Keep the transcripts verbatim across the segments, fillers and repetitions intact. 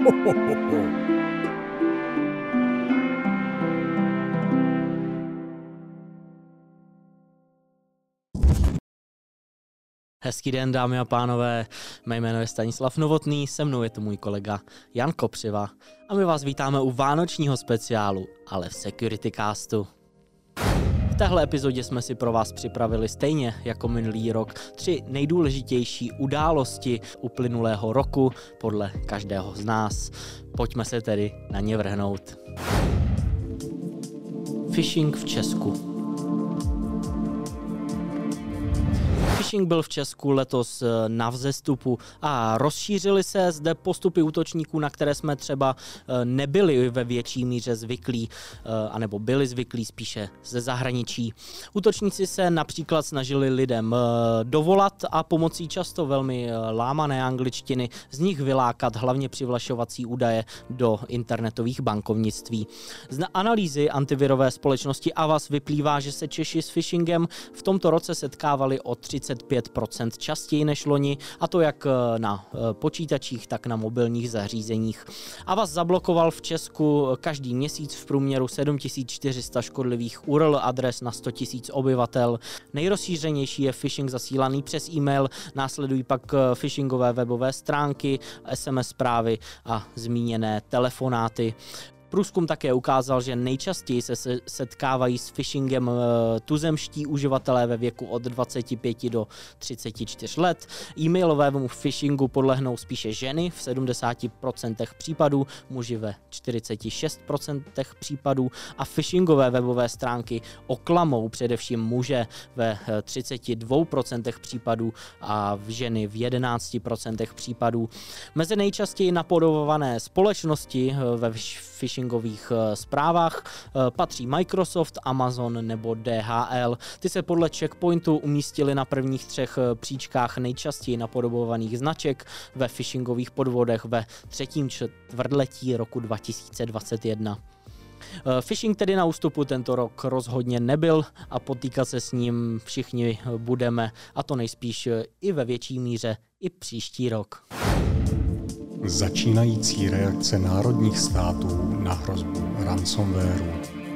Hezký den, dámy a pánové, mé jméno je Stanislav Novotný, se mnou je to můj kolega Jan Kopřiva a my vás vítáme u vánočního speciálu, ale v Security Castu. V téhle epizodě jsme si pro vás připravili stejně jako minulý rok tři nejdůležitější události uplynulého roku podle každého z nás. Pojďme se tedy na ně vrhnout. Phishing v Česku. Phishing byl v Česku letos na vzestupu a rozšířily se zde postupy útočníků, na které jsme třeba nebyli ve větší míře zvyklí, anebo byli zvyklí spíše ze zahraničí. Útočníci se například snažili lidem dovolat a pomocí často velmi lámané angličtiny z nich vylákat hlavně přihlašovací údaje do internetových bankovnictví. Z analýzy antivirové společnosti Avast vyplývá, že se Češi s phishingem v tomto roce setkávali o třicet pět procent častěji než loni, a to jak na počítačích, tak na mobilních zařízeních. Avast zablokoval v Česku každý měsíc v průměru sedm tisíc čtyři sta škodlivých U R L adres na sto tisíc obyvatel. Nejrozšířenější je phishing zasílaný přes e-mail, následují pak phishingové webové stránky, S M S zprávy a zmíněné telefonáty. Průzkum také ukázal, že nejčastěji se setkávají s phishingem tuzemští uživatelé ve věku od dvaceti pěti do třiceti čtyř let. E-mailovému phishingu podlehnou spíše ženy v sedmdesáti procentech případů, muži ve čtyřiceti šesti procentech případů a phishingové webové stránky oklamou především muže ve třiceti dvou procentech případů a v ženy v jedenácti procentech případů. Mezi nejčastěji napodobované společnosti ve phishing zprávách patří Microsoft, Amazon nebo D H L. Ty se podle Checkpointu umístily na prvních třech příčkách nejčastěji napodobovaných značek ve phishingových podvodech ve třetím čtvrtletí roku dva tisíce dvacet jedna. Phishing tedy na ústupu tento rok rozhodně nebyl a potýkat se s ním všichni budeme, a to nejspíš i ve větší míře i příští rok. Začínající reakce národních států na hrozbu ransomwareu.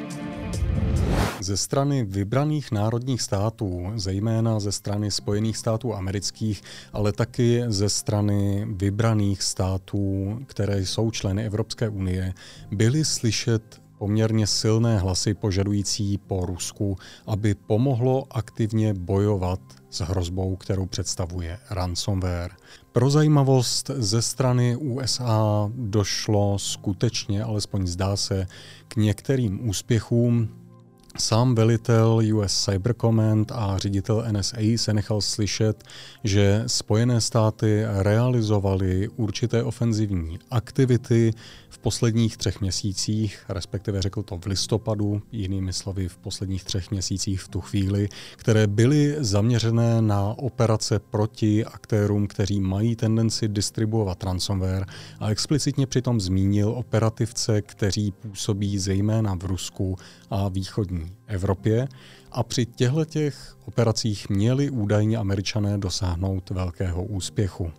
Ze strany vybraných národních států, zejména ze strany Spojených států amerických, ale taky ze strany vybraných států, které jsou členy Evropské unie, byly slyšet poměrně silné hlasy požadující po Rusku, aby pomohlo aktivně bojovat s hrozbou, kterou představuje ransomware. Pro zajímavost, ze strany U S A došlo skutečně, alespoň zdá se, k některým úspěchům. Sám velitel U S Cyber Command a ředitel N S A se nechal slyšet, že Spojené státy realizovaly určité ofenzivní aktivity v posledních třech měsících, respektive řekl to v listopadu, jinými slovy v posledních třech měsících v tu chvíli, které byly zaměřené na operace proti aktérům, kteří mají tendenci distribuovat ransomware, a explicitně přitom zmínil operativce, kteří působí zejména v Rusku a východní Evropě, a při těchto operacích měli údajně Američané dosáhnout velkého úspěchu.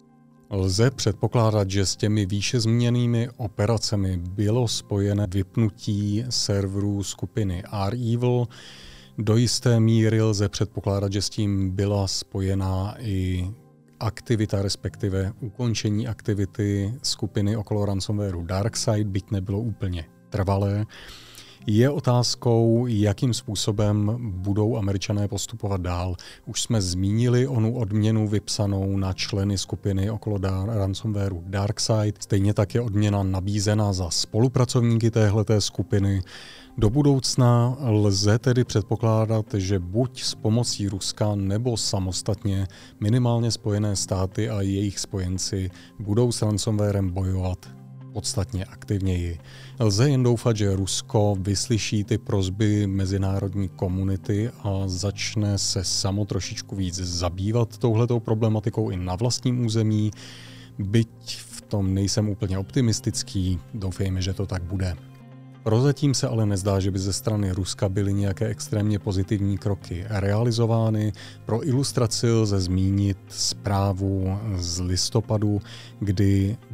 Lze předpokládat, že s těmi výše zmíněnými operacemi bylo spojené vypnutí serverů skupiny R-Evil. Do jisté míry lze předpokládat, že s tím byla spojená i aktivita, respektive ukončení aktivity skupiny okolo ransomwareu DarkSide, byť nebylo úplně trvalé. Je otázkou, jakým způsobem budou Američané postupovat dál. Už jsme zmínili onu odměnu vypsanou na členy skupiny okolo ransomwareu DarkSide. Stejně tak je odměna nabízena za spolupracovníky téhleté skupiny. Do budoucna lze tedy předpokládat, že buď s pomocí Ruska nebo samostatně minimálně Spojené státy a jejich spojenci budou s ransomwarem bojovat podstatně aktivněji. Lze jen doufat, že Rusko vyslyší ty prosby mezinárodní komunity a začne se samo trošičku víc zabývat touhletou problematikou i na vlastním území. Byť v tom nejsem úplně optimistický, doufejme, že to tak bude. Prozatím se ale nezdá, že by ze strany Ruska byly nějaké extrémně pozitivní kroky realizovány. Pro ilustraci lze zmínit zprávu z listopadu, kdy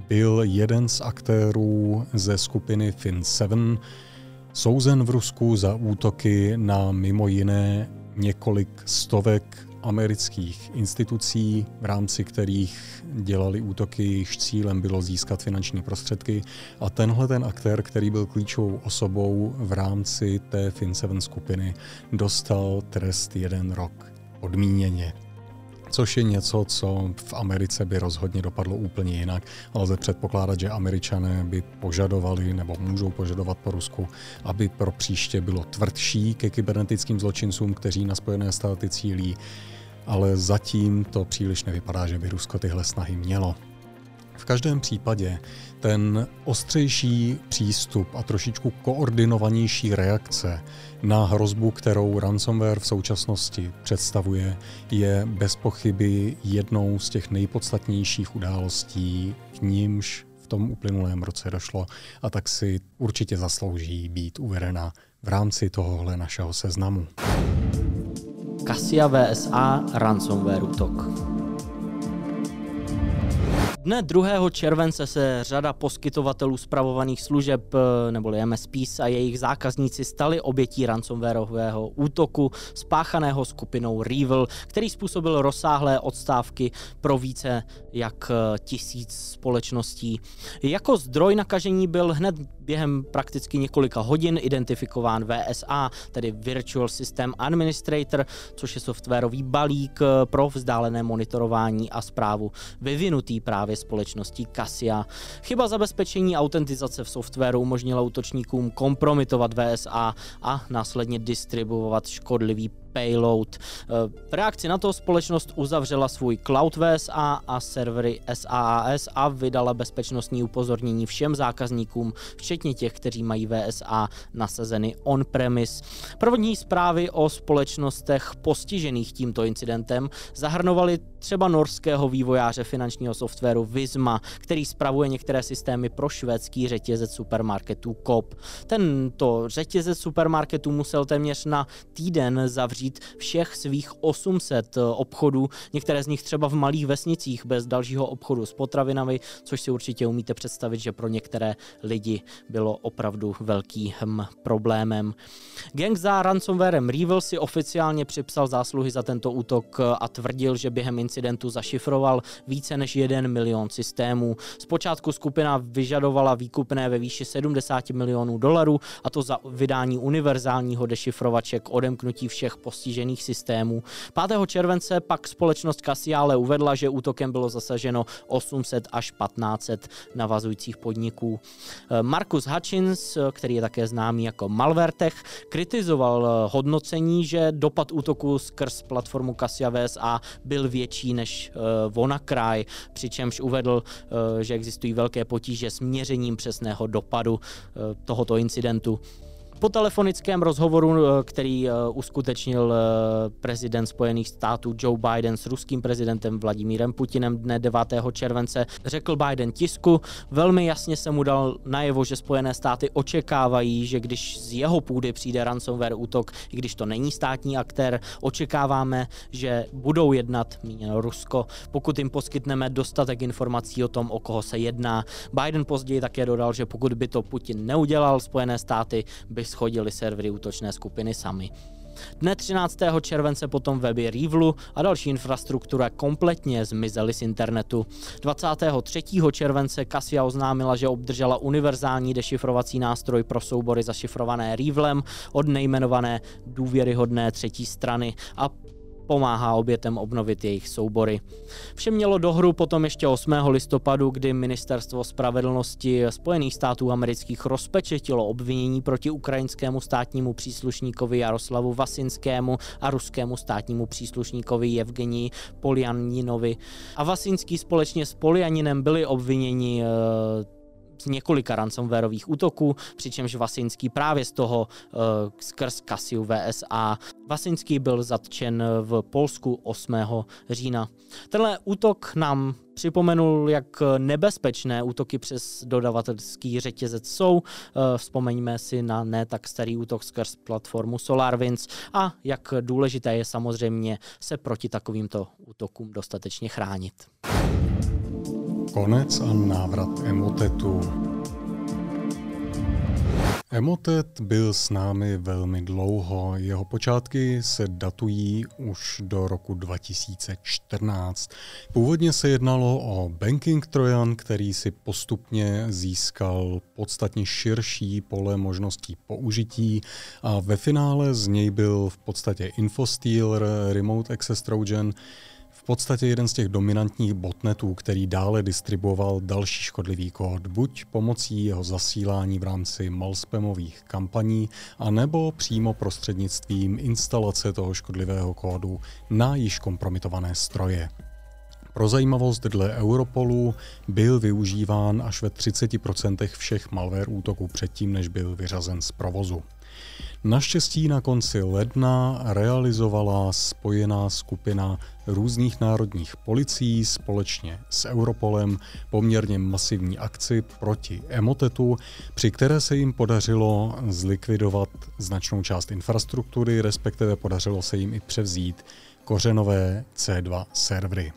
byl jeden z aktérů ze skupiny Fin sedm souzen v Rusku za útoky na mimo jiné několik stovek amerických institucí, v rámci kterých dělali útoky, jejichž cílem bylo získat finanční prostředky. A tenhle ten aktér, který byl klíčovou osobou v rámci té Fin sedm skupiny, dostal trest jeden rok podmíněně. Což je něco, co v Americe by rozhodně dopadlo úplně jinak. Lze předpokládat, že Američané by požadovali nebo můžou požadovat po Rusku, aby pro příště bylo tvrdší ke kybernetickým zločincům, kteří na Spojené státy cílí, ale zatím to příliš nevypadá, že by Rusko tyhle snahy mělo. V každém případě ten ostřejší přístup a trošičku koordinovanější reakce na hrozbu, kterou ransomware v současnosti představuje, je bez pochyby jednou z těch nejpodstatnějších událostí, k nímž v tom uplynulém roce došlo, a tak si určitě zaslouží být uvedena v rámci tohohle našeho seznamu. Cassia V S A ransomware útok. Dne druhého července se řada poskytovatelů spravovaných služeb neboli M S Ps a jejich zákazníci stali obětí ransomwareového útoku spáchaného skupinou REvil, který způsobil rozsáhlé odstávky pro více jak tisíc společností. Jako zdroj nakažení byl hned během prakticky několika hodin identifikován V S A, tedy Virtual System Administrator, což je softwarový balík pro vzdálené monitorování a správu vyvinutý právě společností Cassia. Chyba zabezpečení autentizace v softwaru umožnila útočníkům kompromitovat V S A a následně distribuovat škodlivý payload. V reakci na to společnost uzavřela svůj cloud V S A a servery S A A S a vydala bezpečnostní upozornění všem zákazníkům, včetně těch, kteří mají V S A nasazeny on-premise. První zprávy o společnostech postižených tímto incidentem zahrnovaly třeba norského vývojáře finančního softwaru Visma, který spravuje některé systémy pro švédský řetězec supermarketů Coop. Tento řetězec supermarketů musel téměř na týden zavřít všech svých osm set obchodů, některé z nich třeba v malých vesnicích bez dalšího obchodu s potravinami, což si určitě umíte představit, že pro některé lidi bylo opravdu velkým problémem. Gang za ransomwarem REvil si oficiálně připsal zásluhy za tento útok a tvrdil, že během incidentu zašifroval více než jeden milion systémů. Zpočátku skupina vyžadovala výkupné ve výši sedmdesát milionů dolarů, a to za vydání univerzálního dešifrovače k odemknutí všech postižených systémů. pátého července pak společnost Cassia ale uvedla, že útokem bylo zasaženo osm set až patnáct set navazujících podniků. Marcus Hutchins, který je také známý jako Malwaretech, kritizoval hodnocení, že dopad útoku skrz platformu Cassia V S A byl větší než uh, WannaCry, přičemž uvedl, uh, že existují velké potíže s měřením přesného dopadu uh, tohoto incidentu. Po telefonickém rozhovoru, který uskutečnil prezident Spojených států Joe Biden s ruským prezidentem Vladimírem Putinem dne devátého července, řekl Biden tisku, velmi jasně se mu dal najevo, že Spojené státy očekávají, že když z jeho půdy přijde ransomware útok, i když to není státní aktér, očekáváme, že budou jednat, míněno Rusko, pokud jim poskytneme dostatek informací o tom, o koho se jedná. Biden později také dodal, že pokud by to Putin neudělal, Spojené státy by shodili servery útočné skupiny sami. Dne třináctého července potom weby REvilu a další infrastruktura kompletně zmizely z internetu. dvacátého třetího července Cassia oznámila, že obdržela univerzální dešifrovací nástroj pro soubory zašifrované REvilem od nejmenované důvěryhodné třetí strany a pomáhá obětem obnovit jejich soubory. Vše mělo dohru potom ještě osmého listopadu, kdy Ministerstvo spravedlnosti Spojených států amerických rozpečetilo obvinění proti ukrajinskému státnímu příslušníkovi Jaroslavu Vasinskému a ruskému státnímu příslušníkovi Jevgenii Poljaninovi. A Vasinský společně s Poljaninem byli obviněni e, z několika ransomwareových útoků, přičemž Vasinský právě z toho uh, skrz Cassiu V S A. Vasinský byl zatčen v Polsku osmého října. Tenhle útok nám připomenul, jak nebezpečné útoky přes dodavatelský řetězec jsou. Vzpomeňme si na ne tak starý útok skrz platformu SolarWinds a jak důležité je samozřejmě se proti takovýmto útokům dostatečně chránit. Konec a návrat Emotetu. Emotet byl s námi velmi dlouho. Jeho počátky se datují už do roku dva tisíce čtrnáct. Původně se jednalo o banking trojan, který si postupně získal podstatně širší pole možností použití a ve finále z něj byl v podstatě Infostealer, Remote Access Trojan, v podstatě jeden z těch dominantních botnetů, který dále distribuoval další škodlivý kód, buď pomocí jeho zasílání v rámci malspamových kampaní, anebo přímo prostřednictvím instalace toho škodlivého kódu na již kompromitované stroje. Pro zajímavost, dle Europolu byl využíván až ve třiceti procentech všech malware útoků předtím, než byl vyřazen z provozu. Naštěstí na konci ledna realizovala spojená skupina různých národních policií společně s Europolem poměrně masivní akci proti Emotetu, při které se jim podařilo zlikvidovat značnou část infrastruktury, respektive podařilo se jim i převzít kořenové C dva servery.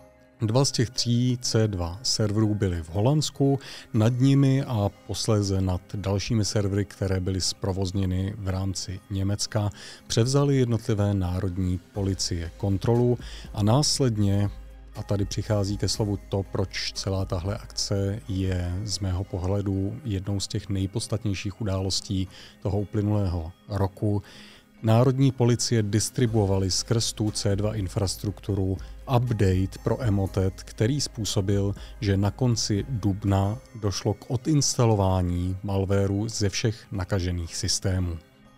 Dva z těch tří C dva serverů byly v Holandsku, nad nimi a posléze nad dalšími servery, které byly zprovozněny v rámci Německa, převzaly jednotlivé národní policie kontrolu a následně, a tady přichází ke slovu to, proč celá tahle akce je z mého pohledu jednou z těch nejpodstatnějších událostí toho uplynulého roku, národní policie distribuovaly skrz tu C dva infrastrukturu update pro Emotet, který způsobil, že na konci dubna došlo k odinstalování malwareu ze všech nakažených systémů.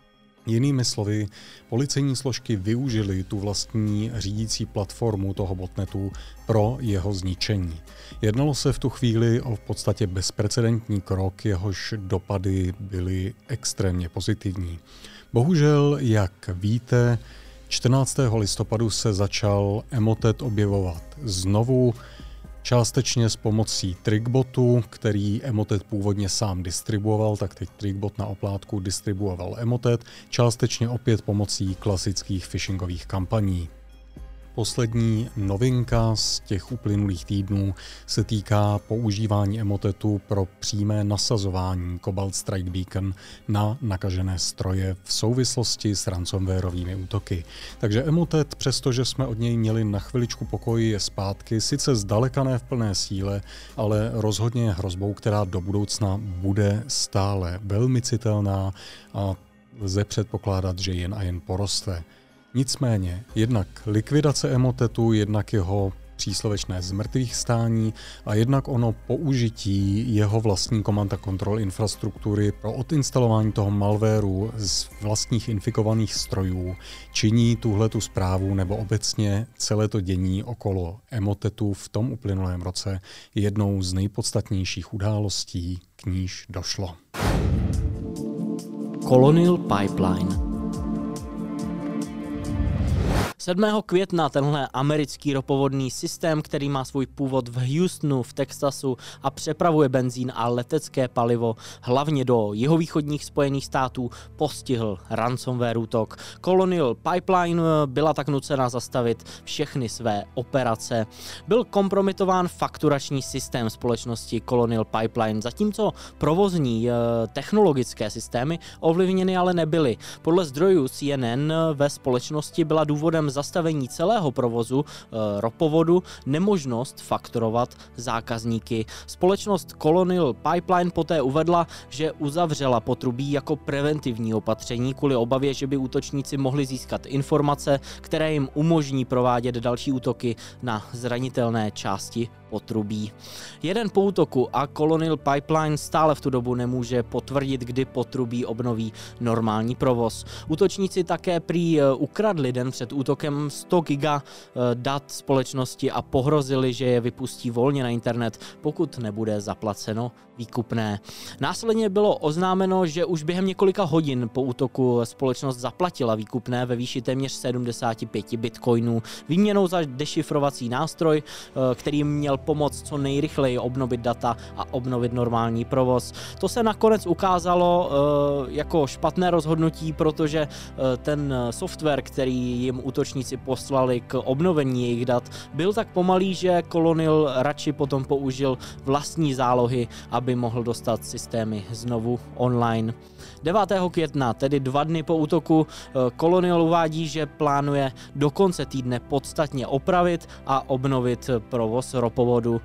Jinými slovy, policejní složky využily tu vlastní řídící platformu toho botnetu pro jeho zničení. Jednalo se v tu chvíli o v podstatě bezprecedentní krok, jehož dopady byly extrémně pozitivní. Bohužel, jak víte, čtrnáctého listopadu se začal Emotet objevovat znovu, částečně s pomocí Trickbotu, který Emotet původně sám distribuoval, tak teď Trickbot na oplátku distribuoval Emotet, částečně opět pomocí klasických phishingových kampaní. Poslední novinka z těch uplynulých týdnů se týká používání Emotetu pro přímé nasazování Cobalt Strike Beacon na nakažené stroje v souvislosti s ransomwareovými útoky. Takže Emotet, přestože jsme od něj měli na chviličku pokoj, je zpátky, sice zdaleka ne v plné síle, ale rozhodně je hrozbou, která do budoucna bude stále velmi citelná a lze předpokládat, že jen a jen poroste. Nicméně, jednak likvidace Emotetu, jednak jeho příslovečné zmrtvých stání a jednak ono použití jeho vlastní command and control infrastruktury pro odinstalování toho malwareu z vlastních infikovaných strojů činí tuhletu zprávu nebo obecně celé to dění okolo Emotetu v tom uplynulém roce jednou z nejpodstatnějších událostí, k níž došlo. Colonial Pipeline. sedmého května tenhle americký ropovodný systém, který má svůj původ v Houstonu v Texasu a přepravuje benzín a letecké palivo hlavně do jihovýchodních Spojených států, postihl ransomware útok. Colonial Pipeline byla tak nucena zastavit všechny své operace. Byl kompromitován fakturační systém společnosti Colonial Pipeline, zatímco provozní technologické systémy ovlivněny ale nebyly. Podle zdrojů C N N ve společnosti byla důvodem zastavení celého provozu e, ropovodu nemožnost fakturovat zákazníky. Společnost Colonial Pipeline poté uvedla, že uzavřela potrubí jako preventivní opatření kvůli obavě, že by útočníci mohli získat informace, které jim umožní provádět další útoky na zranitelné části potrubí. Jeden po útoku a Colonial Pipeline stále v tu dobu nemůže potvrdit, kdy potrubí obnoví normální provoz. Útočníci také prý ukradli den před útokem sto giga dat společnosti a pohrozili, že je vypustí volně na internet, pokud nebude zaplaceno výkupné. Následně bylo oznámeno, že už během několika hodin po útoku společnost zaplatila výkupné ve výši téměř sedmdesát pět bitcoinů výměnou za dešifrovací nástroj, který měl pomoct co nejrychleji obnovit data a obnovit normální provoz. To se nakonec ukázalo uh, jako špatné rozhodnutí, protože uh, ten software, který jim útočníci poslali k obnovení jejich dat, byl tak pomalý, že Colonial radši potom použil vlastní zálohy, aby mohl dostat systémy znovu online. devátého května, tedy dva dny po útoku, Colonial uvádí, že plánuje do konce týdne podstatně opravit a obnovit provoz ropovodu.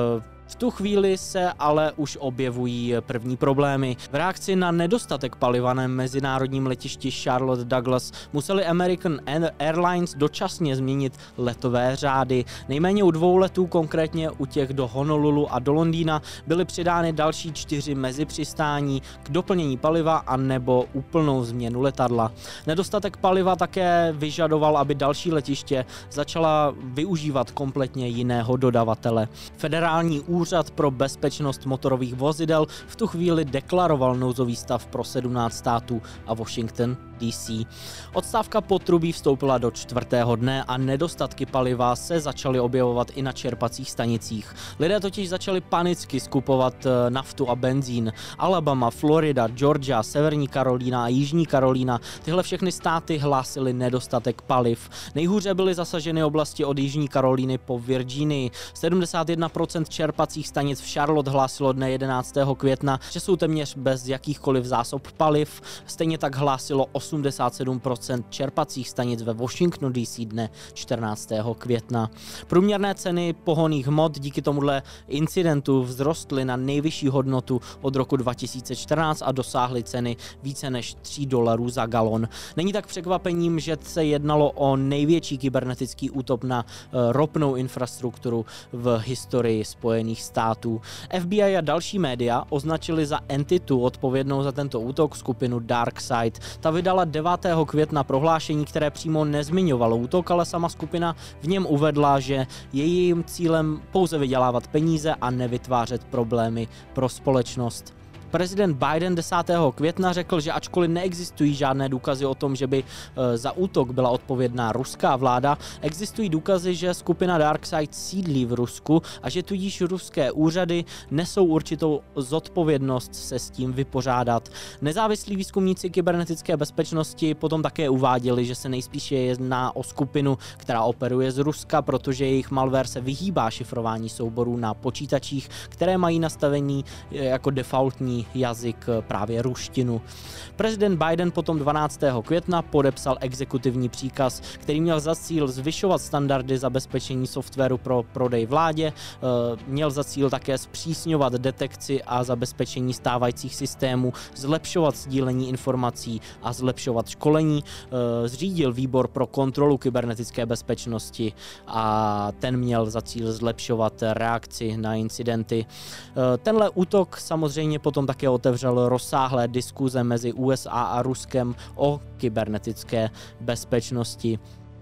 V tu chvíli se ale už objevují první problémy. V reakci na nedostatek paliva na mezinárodním letišti Charlotte Douglas museli American Airlines dočasně změnit letové řády. Nejméně u dvou letů, konkrétně u těch do Honolulu a do Londýna, byly přidány další čtyři mezipřistání k doplnění paliva a nebo úplnou změnu letadla. Nedostatek paliva také vyžadoval, aby další letiště začala využívat kompletně jiného dodavatele. Federální Úřad pro bezpečnost motorových vozidel v tu chvíli deklaroval nouzový stav pro sedmnáct států a Washington D C. Odstávka potrubí vstoupila do čtvrtého dne a nedostatky paliva se začaly objevovat i na čerpacích stanicích. Lidé totiž začali panicky skupovat naftu a benzín. Alabama, Florida, Georgia, Severní Karolína a Jižní Karolína, tyhle všechny státy hlásily nedostatek paliv. Nejhůře byly zasaženy oblasti od Jižní Karolíny po Virginii. sedmdesát jedna procent čerpacích stanic v Charlotte hlásilo dne jedenáctého května, že jsou téměř bez jakýchkoliv zásob paliv. Stejně tak hlásilo osmdesát sedm procent čerpacích stanic ve Washingtonu D C dne čtrnáctého května. Průměrné ceny pohonných hmot díky tomuhle incidentu vzrostly na nejvyšší hodnotu od roku dva tisíce čtrnáct a dosáhly ceny více než tří dolarů za galon. Není tak překvapením, že se jednalo o největší kybernetický útok na ropnou infrastrukturu v historii Spojených států. F B I a další média označili za entitu odpovědnou za tento útok skupinu DarkSide. Ta vydala devátého května prohlášení, které přímo nezmiňovalo útok, ale sama skupina v něm uvedla, že je jejím cílem pouze vydělávat peníze a nevytvářet problémy pro společnost. Prezident Biden desátého května řekl, že ačkoliv neexistují žádné důkazy o tom, že by za útok byla odpovědná ruská vláda, existují důkazy, že skupina DarkSide sídlí v Rusku a že tudíž ruské úřady nesou určitou zodpovědnost se s tím vypořádat. Nezávislí výzkumníci kybernetické bezpečnosti potom také uváděli, že se nejspíše jedná o skupinu, která operuje z Ruska, protože jejich malware se vyhýbá šifrování souborů na počítačích, které mají nastavený jako defaultní jazyk právě ruštinu. Prezident Biden potom dvanáctého května podepsal exekutivní příkaz, který měl za cíl zvyšovat standardy zabezpečení softwaru pro prodej vládě, měl za cíl také zpřísňovat detekci a zabezpečení stávajících systémů, zlepšovat sdílení informací a zlepšovat školení, zřídil výbor pro kontrolu kybernetické bezpečnosti a ten měl za cíl zlepšovat reakci na incidenty. Tenhle útok samozřejmě potom také otevřel rozsáhlé diskuze mezi U S A a Ruskem o kybernetické bezpečnosti.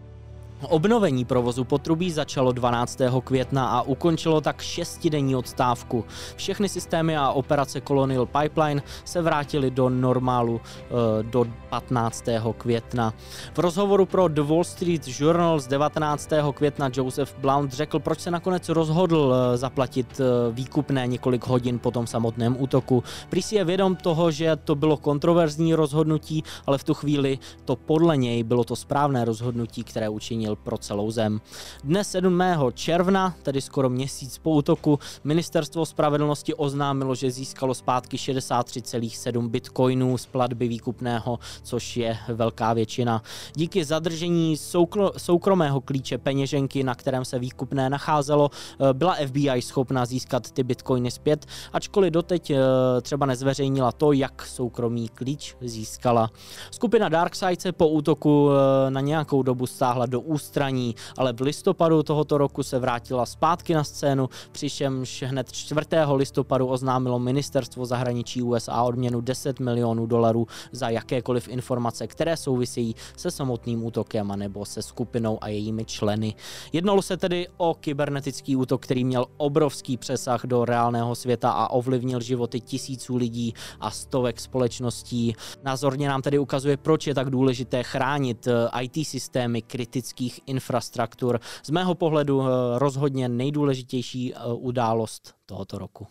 Obnovení provozu potrubí začalo dvanáctého května a ukončilo tak šestidenní odstávku. Všechny systémy a operace Colonial Pipeline se vrátily do normálu e, do patnáctého května. V rozhovoru pro The Wall Street Journal z devatenáctého května Joseph Blount řekl, proč se nakonec rozhodl e, zaplatit e, výkupné několik hodin po tom samotném útoku. Prý si je vědom toho, že to bylo kontroverzní rozhodnutí, ale v tu chvíli to podle něj bylo to správné rozhodnutí, které učinil pro celou zem. Dne sedmého června, tedy skoro měsíc po útoku, Ministerstvo spravedlnosti oznámilo, že získalo zpátky šedesát tři celá sedm bitcoinů z platby výkupného, což je velká většina. Díky zadržení soukro- soukromého klíče peněženky, na kterém se výkupné nacházelo, byla F B I schopna získat ty bitcoiny zpět, ačkoliv doteď třeba nezveřejnila to, jak soukromý klíč získala. Skupina DarkSide se po útoku na nějakou dobu stáhla do ústraní, ale v listopadu tohoto roku se vrátila zpátky na scénu, přičemž hned čtvrtého listopadu oznámilo ministerstvo zahraničí U S A odměnu deset milionů dolarů za jakékoliv informace, které souvisejí se samotným útokem anebo se skupinou a jejími členy. Jednalo se tedy o kybernetický útok, který měl obrovský přesah do reálného světa a ovlivnil životy tisíců lidí a stovek společností. Názorně nám tedy ukazuje, proč je tak důležité chránit I T systémy kritických dalších infrastruktur. Z mého pohledu rozhodně nejdůležitější událost tohoto roku.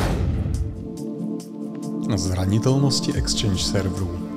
Zranitelnosti Exchange serverů.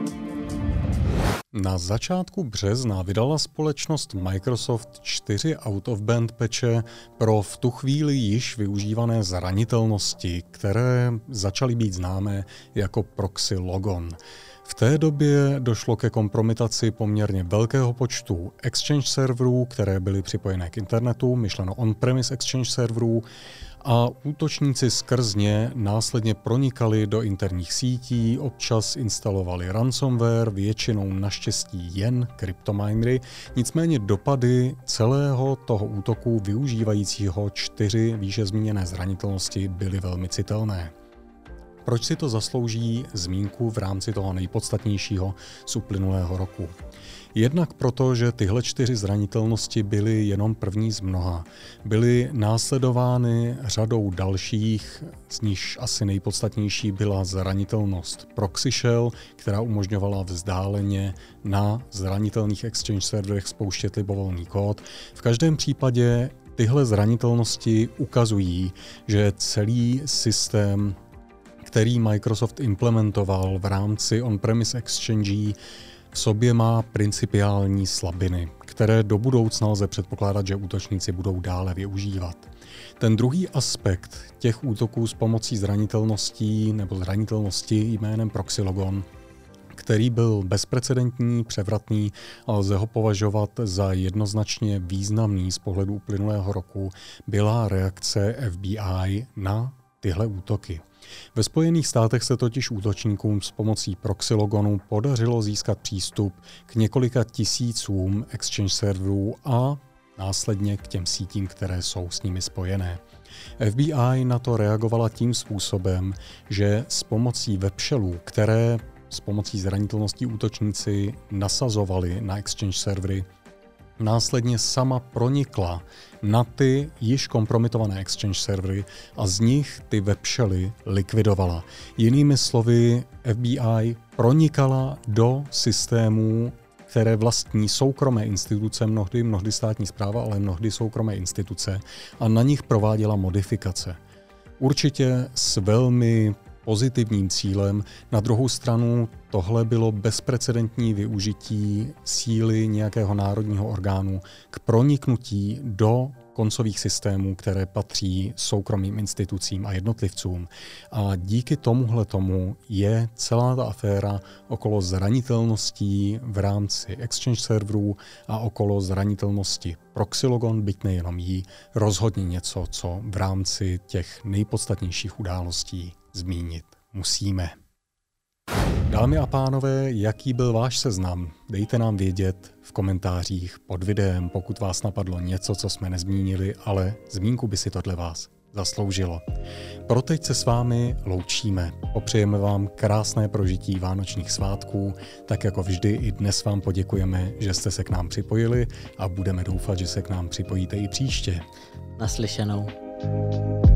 Na začátku března vydala společnost Microsoft čtyři out-of-band patche pro v tu chvíli již využívané zranitelnosti, které začaly být známé jako proxy logon. V té době došlo ke kompromitaci poměrně velkého počtu Exchange serverů, které byly připojené k internetu, myšleno on-premise Exchange serverů, a útočníci skrz ně následně pronikali do interních sítí, občas instalovali ransomware, většinou naštěstí jen kryptominery, nicméně dopady celého toho útoku využívajícího čtyři výše zmíněné zranitelnosti byly velmi citelné. Proč si to zaslouží zmínku v rámci toho nejpodstatnějšího z uplynulého roku? Jednak proto, že tyhle čtyři zranitelnosti byly jenom první z mnoha. Byly následovány řadou dalších, z nichž asi nejpodstatnější byla zranitelnost Proxy Shell, která umožňovala vzdáleně na zranitelných Exchange serverech spouštět libovolný kód. V každém případě tyhle zranitelnosti ukazují, že celý systém, který Microsoft implementoval v rámci on-premise exchange, v sobě má principiální slabiny, které do budoucna lze předpokládat, že útočníci budou dále využívat. Ten druhý aspekt těch útoků s pomocí zranitelností nebo zranitelnosti jménem Proxy Logon, který byl bezprecedentní, převratný a lze ho považovat za jednoznačně významný z pohledu uplynulého roku, byla reakce F B I na tyhle útoky. Ve Spojených státech se totiž útočníkům s pomocí proxy logonu podařilo získat přístup k několika tisícům Exchange serverů a následně k těm sítím, které jsou s nimi spojené. F B I na to reagovala tím způsobem, že s pomocí webshellů, které s pomocí zranitelností útočníci nasazovali na Exchange servery, následně sama pronikla na ty již kompromitované Exchange servery a z nich ty webshely likvidovala. Jinými slovy, F B I pronikala do systémů, které vlastní soukromé instituce, mnohdy, mnohdy státní správa, ale mnohdy soukromé instituce, a na nich prováděla modifikace. Určitě s velmi pozitivním cílem. Na druhou stranu tohle bylo bezprecedentní využití síly nějakého národního orgánu k proniknutí do koncových systémů, které patří soukromým institucím a jednotlivcům. A díky tomuhle tomu je celá ta aféra okolo zranitelností v rámci Exchange serverů a okolo zranitelnosti Proxy Logon, byť nejenom jí, rozhodně něco, co v rámci těch nejpodstatnějších událostí zmínit musíme. Dámy a pánové, jaký byl váš seznam? Dejte nám vědět v komentářích pod videem, pokud vás napadlo něco, co jsme nezmínili, ale zmínku by si to dle vás zasloužilo. Pro teď se s vámi loučíme. Popřejeme vám krásné prožití vánočních svátků, tak jako vždy i dnes vám poděkujeme, že jste se k nám připojili a budeme doufat, že se k nám připojíte i příště. Naslyšenou.